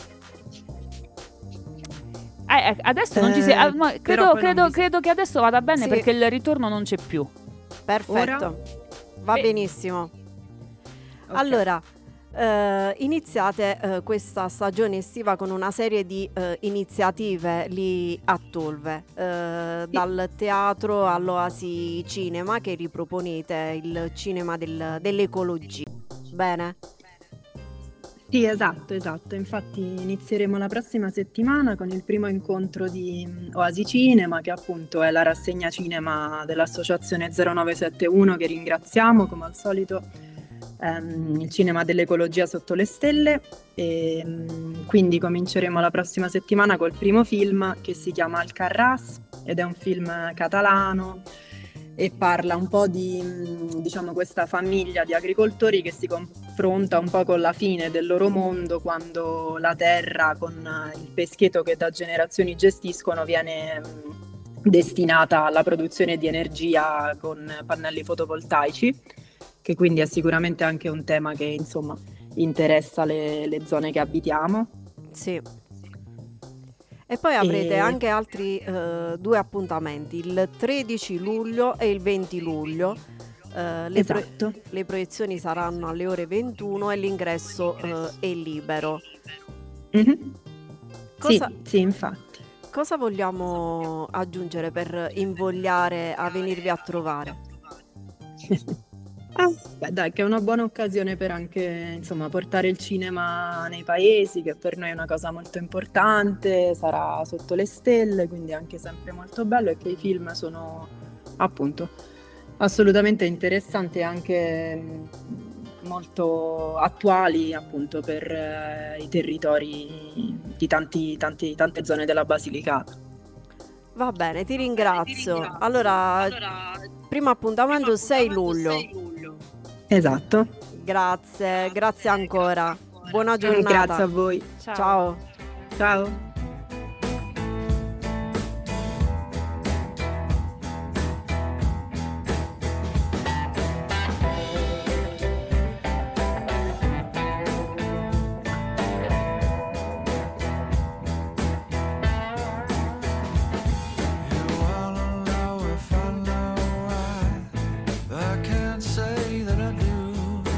Eh, eh, adesso non ci sei. Eh, ah, no, però credo, poi non credo, mi- credo che adesso vada bene Sì. perché il ritorno non c'è più. Perfetto. Ora? Va Beh. benissimo. Ok. Allora, eh, iniziate eh, questa stagione estiva con una serie di eh, iniziative lì a Tolve, eh, dal teatro all'Oasi Cinema, che riproponete il cinema del- dell'ecologia. Bene? Sì, esatto, esatto. Infatti inizieremo la prossima settimana con il primo incontro di mm, Oasi Cinema, che appunto è la rassegna cinema dell'associazione zero nove sette uno, che ringraziamo come al solito, ehm, il cinema dell'ecologia sotto le stelle. E, mm, quindi cominceremo la prossima settimana col primo film che si chiama Alcarràs ed è un film catalano e parla un po' di, mh, diciamo, questa famiglia di agricoltori che si confronta un po' con la fine del loro mondo, quando la terra, con eh, il peschetto che da generazioni gestiscono, viene mh, destinata alla produzione di energia con pannelli fotovoltaici, che quindi è sicuramente anche un tema che, insomma, interessa le, le zone che abitiamo. Sì. E poi avrete E- anche altri eh, due appuntamenti, il tredici luglio e il venti luglio. Eh, le, pro- Esatto. le proiezioni saranno alle ore ventuno e l'ingresso eh, è libero. Mhm. Cosa, Sì, sì, infatti. cosa vogliamo aggiungere per invogliare a venirvi a trovare? Ah, beh, dai, che è una buona occasione per anche, insomma, portare il cinema nei paesi, che per noi è una cosa molto importante, sarà sotto le stelle, quindi anche sempre molto bello, e che i film sono appunto assolutamente interessanti e anche mh, molto attuali appunto per eh, i territori di tanti, tanti, tante zone della Basilicata. Va bene, ti ringrazio. Allora, primo appuntamento sei luglio. Esatto. Grazie, grazie ancora. Buona giornata. Grazie a voi. Ciao. Ciao. Ciao. You wanna know if I know why? I can't say that I do.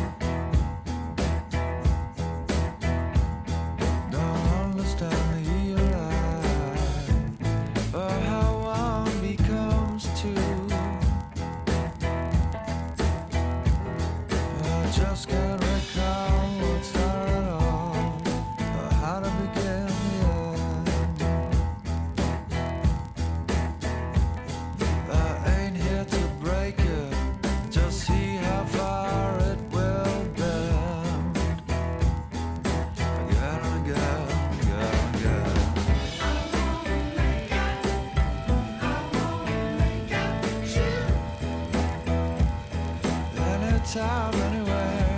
Don't understand the lie, or how one becomes two. I just can't recall what started all, or how to begin the end. I ain't here to break it, just see how far it will bend. Again and again, again and again. Anytime, anywhere.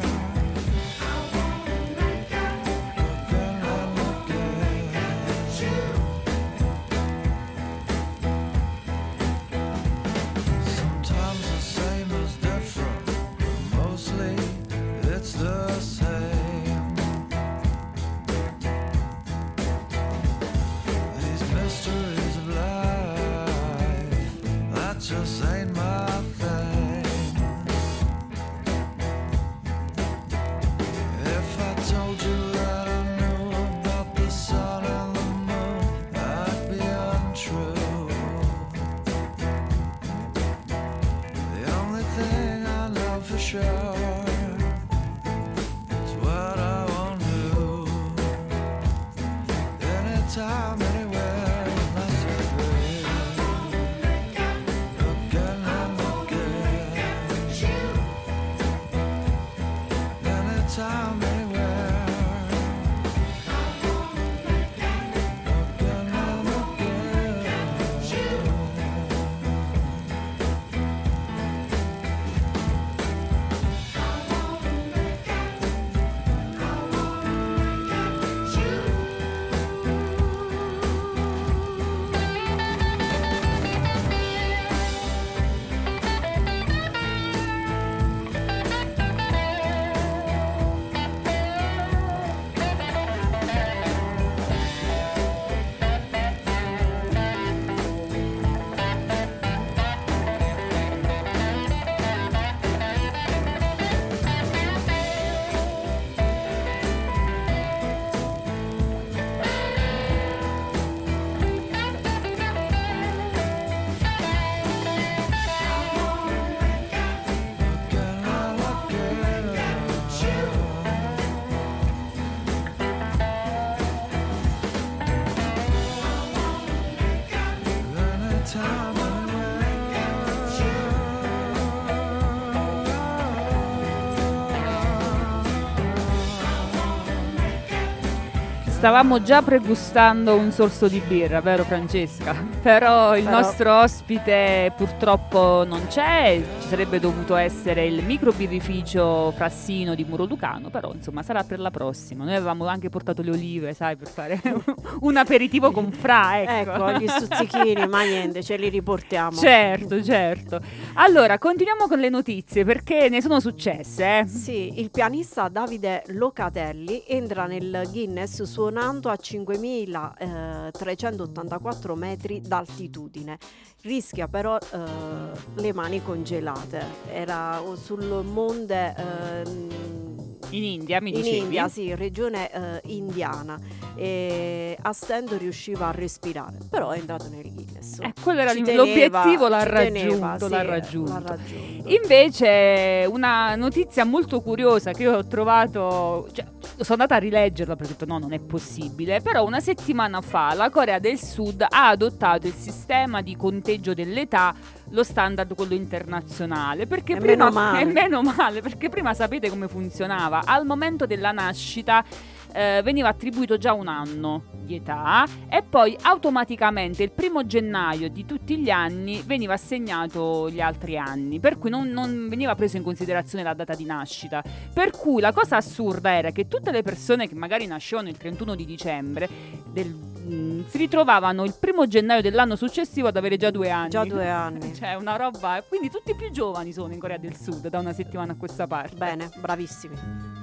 Again and again. Sometimes the same is different, but mostly it's the same. These mysteries of life, that just ain't my thing. If I told you that I knew about the sun and the moon, I'd be untrue. The only thing I know for sure is what I won't do. time Stavamo già pregustando un sorso di birra, vero Francesca? Però il Però- nostro ospite purtroppo non c'è, ci sarebbe dovuto essere il microbirrificio Frassino di Muro Lucano, però insomma sarà per la prossima. Noi avevamo anche portato le olive, sai, per fare un aperitivo con Fra, ecco. Ecco, gli stuzzichini, ma niente, ce li riportiamo. Certo, certo. Allora, continuiamo con le notizie perché ne sono successe, eh. Sì, il pianista Davide Locatelli entra nel Guinness suonando a cinquemilatrecentottantaquattro metri d'altitudine. Rischia però eh, le mani congelate. Era sul monte ehm, In India, mi in dicevi? India, sì, regione eh, indiana. E a stento riusciva a respirare, però è entrato nel Guinness. Eh, quello era Ci l'im- teneva- l'obiettivo, l'ha ci teneva, raggiunto, sì, l'ha raggiunto. l'ha raggiunto. Invece una notizia molto curiosa che io ho trovato, cioè, sono andata a rileggerla perché ho detto no, non è possibile, però una settimana fa la Corea del Sud ha adottato il sistema di conteggio dell'età, lo standard quello internazionale, perché E prima meno male. è meno male, perché prima sapete come funzionava, al momento della nascita eh, veniva attribuito già un anno di età e poi automaticamente il primo gennaio di tutti gli anni veniva assegnato gli altri anni, per cui non, non veniva preso in considerazione la data di nascita, per cui la cosa assurda era che tutte le persone che magari nascevano il trentuno di dicembre del, mh, si ritrovavano il primo gennaio dell'anno successivo ad avere già due anni. Già due anni. Cioè una roba, quindi tutti i più giovani sono in Corea del Sud da una settimana a questa parte. Bene, bravissimi.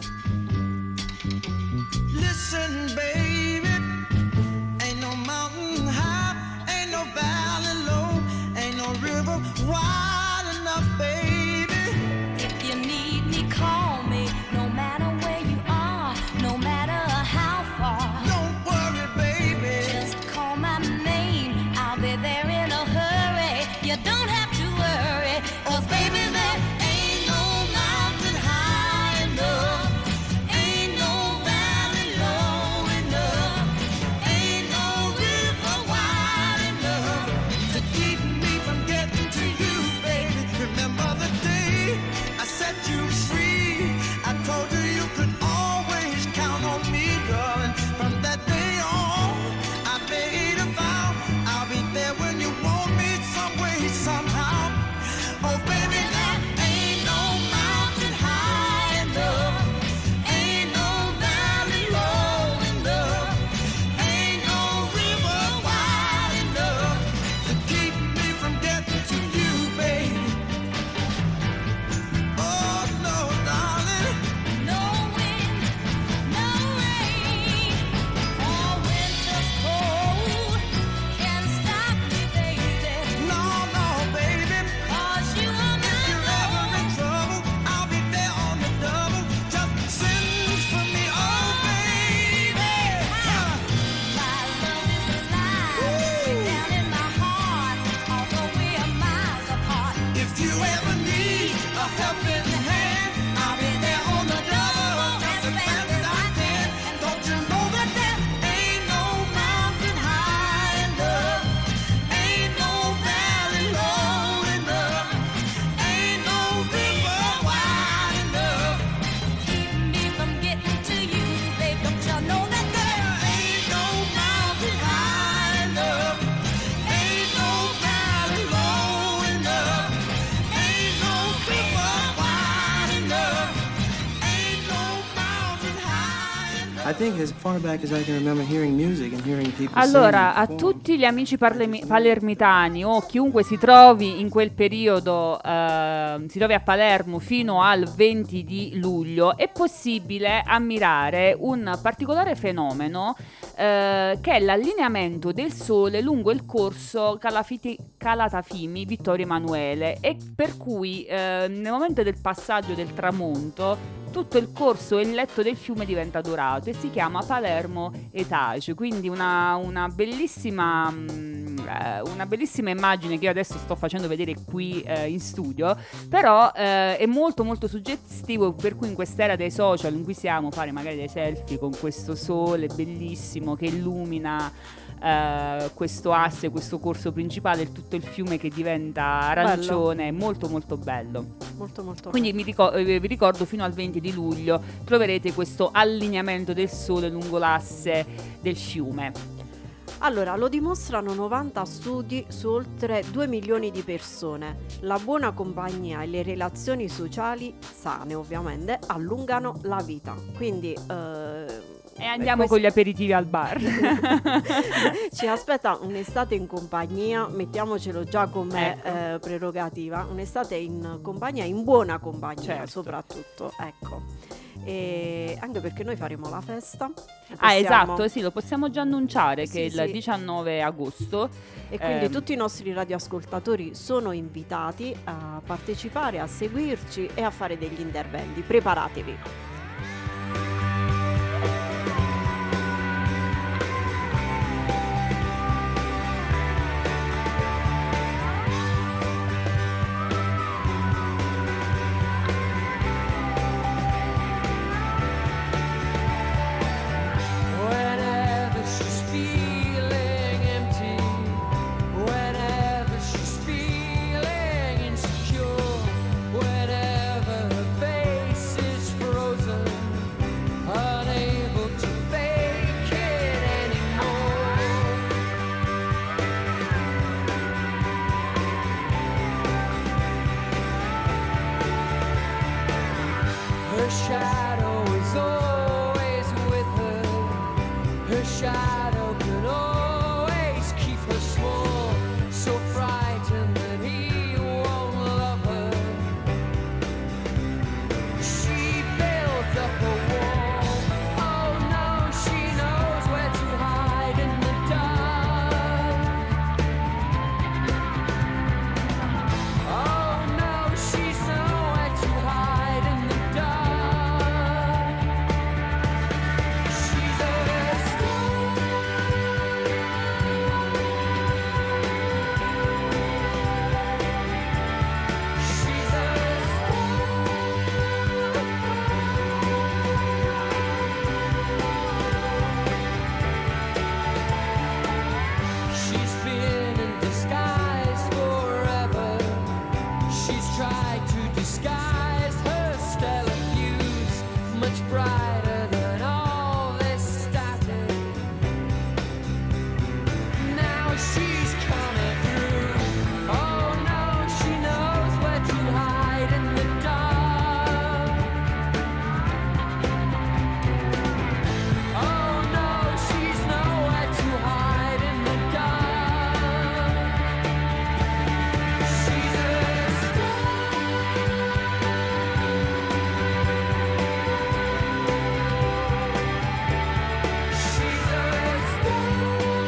Listen, baby, ain't no mountain high, ain't no valley low, ain't no river wide enough, baby. If you need me, call me. No matter where you are, no matter how far. Don't worry, baby. Just call my name. I'll be there in a hurry. You don't have to worry. 'Cause baby, there ain't no mountain high enough. Ain't no valley low enough. Ain't no river wide enough. To keep me from getting to you, baby. Remember the day I set you free. I told you you could always count on me, darling. From that day on, I made a vow I'll be there when you want me, some way, somehow. Oh, baby, there ain't no mountain high enough. Ain't no valley low enough. Ain't no river wide enough to keep me from getting to you, baby. Oh, no, darling. No wind, no rain, or winter's cold can stop me, baby. No, no, baby. 'Cause you are If my you're ever in trouble, I'll be there on the double. Just send for me, oh, baby. My love is alive, deep down in my heart, although we are miles apart. If you ever need a helping hand, I'll be there on the double. Just as fast as I can. Don't you know that there ain't no mountain high enough? Ain't no valley low enough. Ain't no river wide enough. Keep me from getting to you, babe. Don't you know that there Ain't no mountain high enough. Ain't no valley low enough. Ain't no river wide enough. Ain't no mountain high enough. I think as far back as I can remember hearing music and hearing people Allora, sing a and perform. tutti gli amici parlemi- palermitani o chiunque si trovi in quel periodo, eh, si trovi a Palermo fino al venti di luglio, è possibile ammirare un particolare fenomeno eh, che è l'allineamento del Sole lungo il corso Calafiti- Calatafimi Vittorio Emanuele, e per cui eh, nel momento del passaggio del tramonto tutto il corso e il letto del fiume diventa dorato e si chiama Palermo Etage, quindi una, una bellissima mh, eh, una bellissima immagine che io adesso sto facendo vedere qui eh, in studio, però eh, è molto molto suggestivo, per cui in quest'era dei social in cui siamo fare magari dei selfie con questo sole bellissimo che illumina eh, questo asse, questo corso principale, tutto il fiume che diventa arancione, è molto molto bello. Molto molto Quindi mi ricor- eh, vi ricordo, fino al venti di luglio troverete questo allineamento del sole lungo l'asse del fiume. Allora, lo dimostrano novanta studi su oltre due milioni di persone. La buona compagnia e le relazioni sociali sane, ovviamente, allungano la vita. Quindi eh, E andiamo questo- con gli aperitivi al bar. ci aspetta un'estate in compagnia, mettiamocelo già come Ecco. eh, prerogativa, un'estate in compagnia, in buona compagnia Certo. soprattutto, ecco. E anche perché noi faremo la festa. Ah, Possiamo- esatto, sì, lo possiamo già annunciare Sì, che il sì. diciannove agosto. E quindi ehm, tutti i nostri radioascoltatori sono invitati a partecipare, a seguirci e a fare degli interventi. Preparatevi. Whenever she's feeling empty, whenever she's feeling insecure, whenever her face is frozen, unable to fake it anymore. Her shadow is always with her. Her shadow can always keep her small, so frightened that he won't love her. She built up a wall. Oh no, she knows where to hide in the dark. Oh no, she's nowhere to hide in the dark. She's a star. She's a star. She's been in disguise forever. She's tried to disguise her stellar hues, much brighter than all this static. Now she's coming through. Oh no, she knows where to hide in the dark. Oh no, she's nowhere to hide in the dark. She's a star. She's a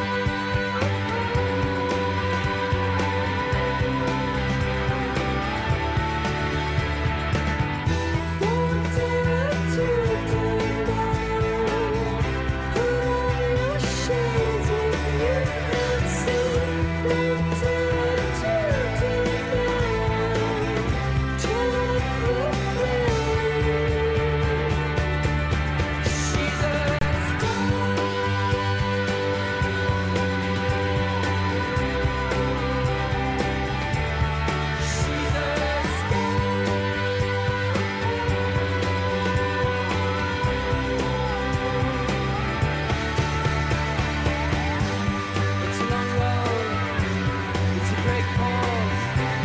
It's a long road, it's a great cause.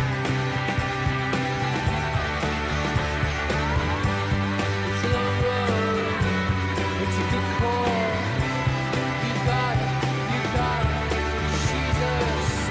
It's a long road, it's a good cause. You got it, you got it, she's a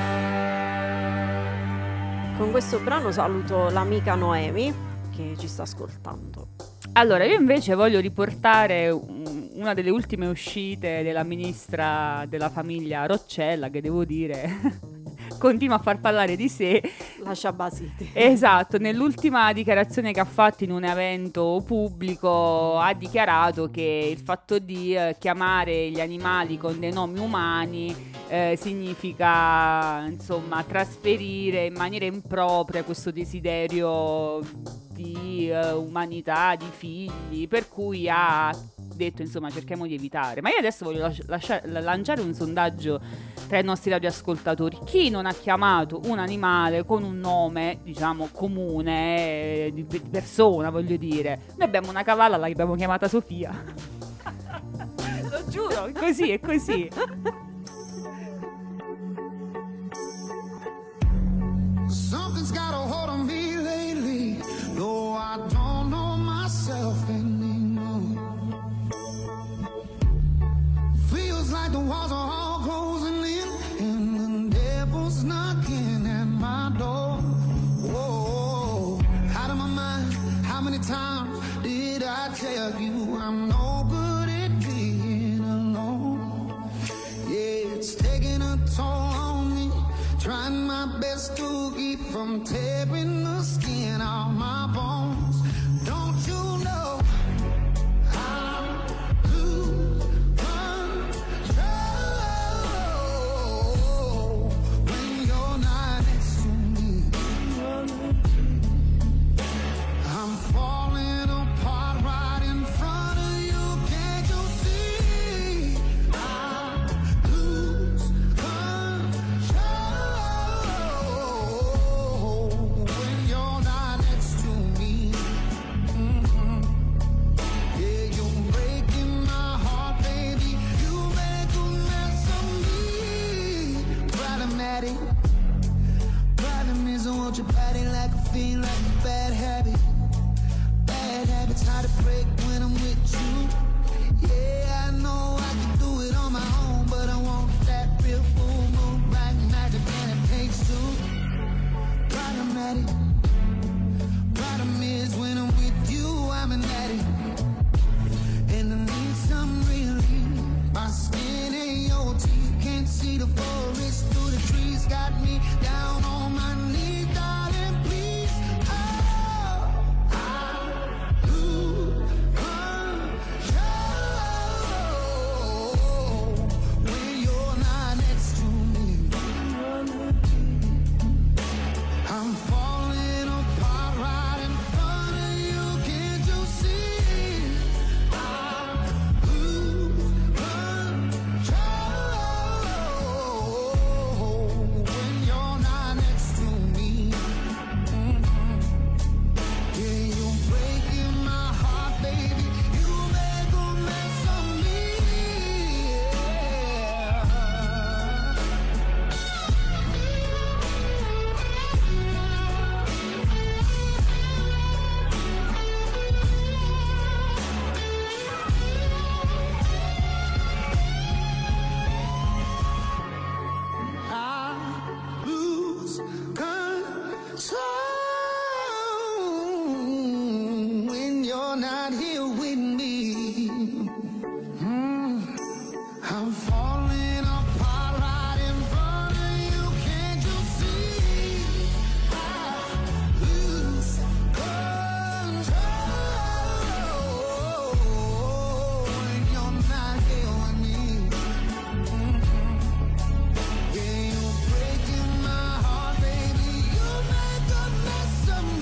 star. Con questo brano saluto l'amica Noemi che ci sta ascoltando. Allora, io invece voglio riportare un- una delle ultime uscite della ministra della famiglia Roccella, che devo dire continua a far parlare di sé. Lascia Basiti. Esatto, nell'ultima dichiarazione che ha fatto in un evento pubblico ha dichiarato che il fatto di eh, chiamare gli animali con dei nomi umani eh, significa, insomma, trasferire in maniera impropria questo desiderio di eh, umanità, di figli, per cui ha detto insomma cerchiamo di evitare. Ma io adesso voglio lascia- lascia- lanciare un sondaggio tra i nostri radioascoltatori: chi non ha chiamato un animale con un nome diciamo comune, eh, di, di persona, voglio dire. Noi abbiamo una cavalla, l'abbiamo chiamata Sofia. Lo giuro, è così, è così. Something's got a hold on me lately, though I don't know myself anymore. Feels like the walls are all closing in, and the devil's knocking at my door. Whoa, out of my mind, how many times did I tell you I'm no good at being alone? Yeah, it's taking a toll on me, trying my best to keep from tearing the skin off my bones. Don't you know I lose control when you're not next to me? I'm falling apart right in front of you. Can't you see? I lose control when you're not next to me. Mhm. Yeah, you're breaking my heart, baby. You make a mess of me. Problematic. Problem is, I want your body like a fiend, like a bad habit. Bad habits hard to break when I'm with you. Yeah, I know I can do it on my own, but I want that real full moon, bright magic, and it takes two. Problematic. Problem is when I'm with you, I'm an addict, and I need some relief. My skin and your teeth can't see the forest through the trees. Got me down on my knees, darling, please. Oh, I lose control when you're not next to me. I'm falling apart right in front of you. Can't you see? I lose control when you're not next to me. Mhm. Yeah, you're breaking my heart, baby. You make a mess of me. Yeah. I lose control when you're not here with me. Mm. I'm falling apart right in front of you. Can't you see? I lose control when you're not here with me. Yeah, you're breaking my heart, baby. You make a mess of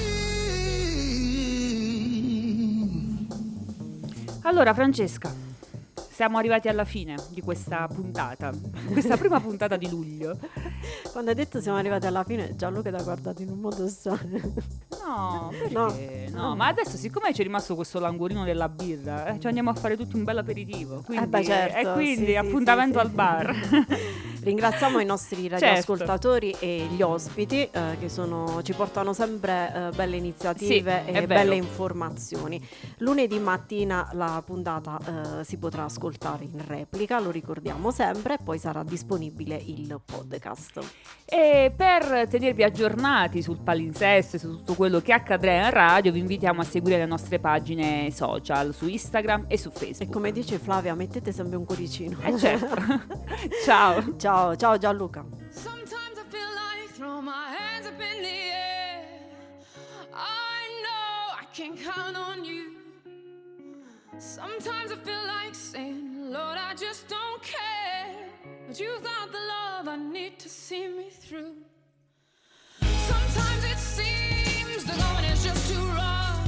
me. Allora Francesca, siamo arrivati alla fine di questa puntata, questa prima puntata di luglio. Quando hai detto siamo arrivati alla fine, Gianluca ti ha guardato in un modo strano. No, perché? No, No. ma adesso siccome c'è rimasto questo languorino della birra, eh, ci andiamo a fare tutti un bel aperitivo. Quindi, Eh beh, certo, e quindi sì, sì, appuntamento sì, al sì. bar. Ringraziamo i nostri radioascoltatori e gli ospiti eh, che sono, ci portano sempre eh, belle iniziative Sì, e è belle vero. informazioni. Lunedì mattina la puntata eh, si potrà ascoltare in replica, lo ricordiamo sempre, e poi sarà disponibile il podcast. E per tenervi aggiornati sul palinsesto e su tutto quello che accadrà in radio, vi invitiamo a seguire le nostre pagine social su Instagram e su Facebook. E come dice Flavia, mettete sempre un cuoricino. Eh certo. Ciao. Ciao, ciao Gianluca. Sometimes I feel like throw my hands up in the air. I know I can count on you. Sometimes I feel like saying, Lord, I just don't care. But you've got the love I need to see me through. Sometimes it seems the going is just too rough.